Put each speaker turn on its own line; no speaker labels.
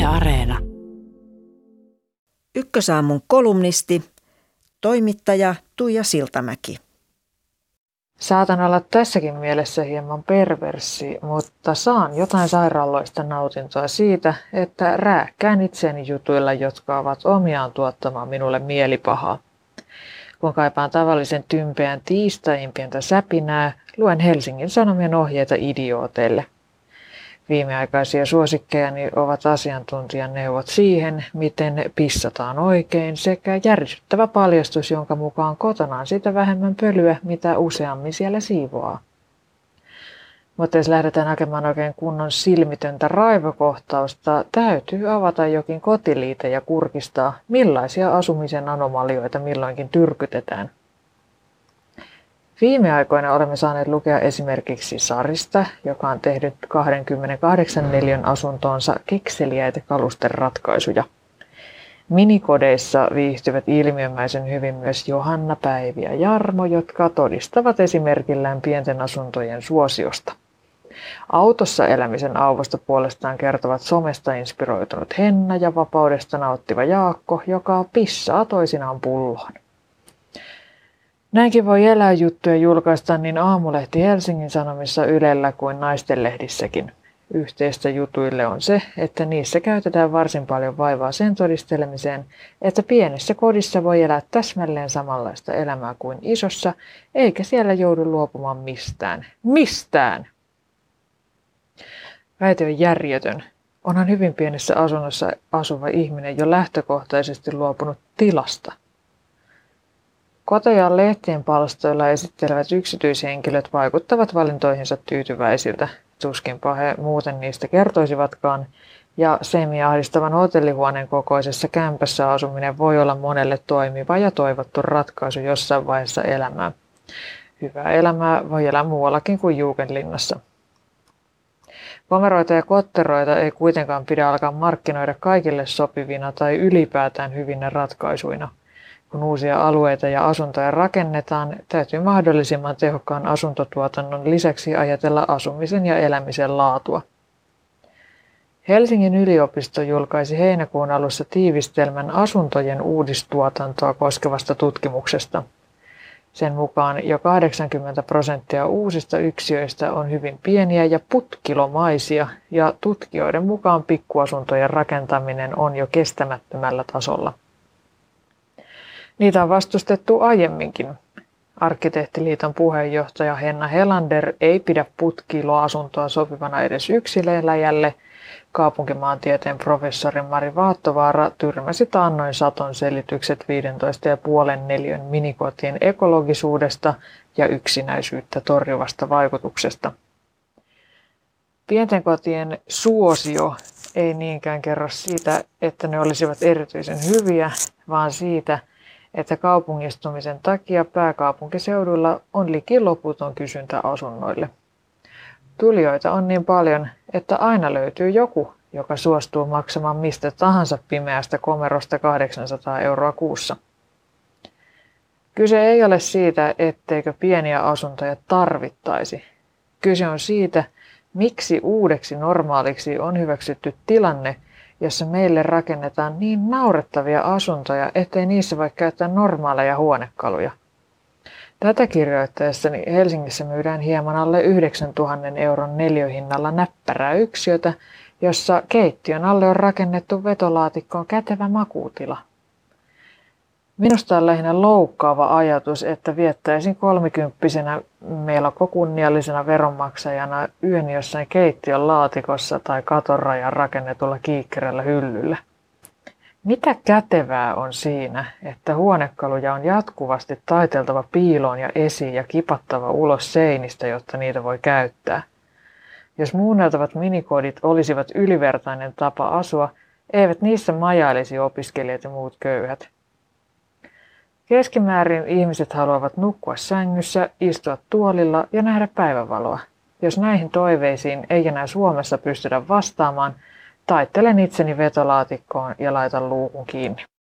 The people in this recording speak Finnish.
Areena.
Ykkösaamun kolumnisti, toimittaja Tuija Siltamäki.
Saatan olla tässäkin mielessä hieman perverssi, mutta saan jotain sairaaloista nautintoa siitä, että rääkkään itseäni jutuilla, jotka ovat omiaan tuottamaan minulle mielipahaa. Kun kaipaan tavallisen tympeän tiistain pientä säpinää, luen Helsingin Sanomien ohjeita idiooteille. Viimeaikaisia suosikkejani ovat asiantuntijan neuvot siihen, miten pissataan oikein, sekä järisyttävä paljastus, jonka mukaan kotona on sitä vähemmän pölyä, mitä useammin siellä siivoaa. Mutta jos lähdetään hakemaan oikein kunnon silmitöntä raivokohtausta, täytyy avata jokin kotiliite ja kurkistaa, millaisia asumisen anomalioita milloinkin tyrkytetään. Viime aikoina olemme saaneet lukea esimerkiksi Sarista, joka on tehnyt 28 neliön asuntoonsa kekseliäitä kalusteratkaisuja. Minikodeissa viihtyvät ilmiömäisen hyvin myös Johanna, Päivi ja Jarmo, jotka todistavat esimerkillään pienten asuntojen suosiosta. Autossa elämisen auvosta puolestaan kertovat somesta inspiroitunut Henna ja vapaudesta nauttiva Jaakko, joka pissaa toisinaan pulloon. Näinkin voi elää juttuja julkaista niin Aamulehti Helsingin Sanomissa, Ylellä kuin naistenlehdissäkin. Yhteistä jutuille on se, että niissä käytetään varsin paljon vaivaa sen todistelemiseen, että pienessä kodissa voi elää täsmälleen samanlaista elämää kuin isossa, eikä siellä joudu luopumaan mistään. Mistään! Väite on järjetön. Onhan hyvin pienessä asunnossa asuva ihminen jo lähtökohtaisesti luopunut tilasta. Koteja lehtien palstoilla esittelevät yksityishenkilöt vaikuttavat valintoihinsa tyytyväisiltä. Tuskinpa he muuten niistä kertoisivatkaan, ja semi-ahdistavan hotellihuoneen kokoisessa kämpässä asuminen voi olla monelle toimiva ja toivottu ratkaisu jossain vaiheessa elämää. Hyvää elämää voi elää muuallakin kuin Juukenlinnassa. Komeroita ja kotteroita ei kuitenkaan pidä alkaa markkinoida kaikille sopivina tai ylipäätään hyvinä ratkaisuina. Kun uusia alueita ja asuntoja rakennetaan, täytyy mahdollisimman tehokkaan asuntotuotannon lisäksi ajatella asumisen ja elämisen laatua. Helsingin yliopisto julkaisi heinäkuun alussa tiivistelmän asuntojen uudistuotantoa koskevasta tutkimuksesta. Sen mukaan jo 80% uusista yksiöistä on hyvin pieniä ja putkilomaisia, ja tutkijoiden mukaan pikkuasuntojen rakentaminen on jo kestämättömällä tasolla. Niitä on vastustettu aiemminkin. Arkkitehtiliiton puheenjohtaja Henna Helander ei pidä putkiloasuntoa sopivana edes yksilöeläjälle. Kaupunkimaantieteen professori Mari Vaattovaara tyrmäsi taannoin Saton selitykset 15,5 neliön minikotien ekologisuudesta ja yksinäisyyttä torjuvasta vaikutuksesta. Pienten kotien suosio ei niinkään kerro siitä, että ne olisivat erityisen hyviä, vaan siitä, että kaupungistumisen takia pääkaupunkiseudulla on liki loputon kysyntä asunnoille. Tulijoita on niin paljon, että aina löytyy joku, joka suostuu maksamaan mistä tahansa pimeästä komerosta 800 € kuussa. Kyse ei ole siitä, etteikö pieniä asuntoja tarvittaisi. Kyse on siitä, miksi uudeksi normaaliksi on hyväksytty tilanne, jossa meille rakennetaan niin naurettavia asuntoja, ettei niissä voi käyttää normaaleja huonekaluja. Tätä kirjoittaessani Helsingissä myydään hieman alle 9 000 € neliöhinnalla näppärää yksiötä, jossa keittiön alle on rakennettu vetolaatikkoon kätevä makuutila. Minusta on lähinnä loukkaava ajatus, että viettäisin 30-vuotiaana melko kunniallisena veronmaksajana yön jossain keittiön laatikossa tai katonrajan rakennetulla kiikkerällä hyllyllä. Mitä kätevää on siinä, että huonekaluja on jatkuvasti taiteltava piiloon ja esiin ja kipattava ulos seinistä, jotta niitä voi käyttää? Jos muunneltavat minikodit olisivat ylivertainen tapa asua, eivät niissä majailisi opiskelijat ja muut köyhät. Keskimäärin ihmiset haluavat nukkua sängyssä, istua tuolilla ja nähdä päivänvaloa. Jos näihin toiveisiin ei enää Suomessa pystytä vastaamaan, taittelen itseni vetolaatikkoon ja laitan luukun kiinni.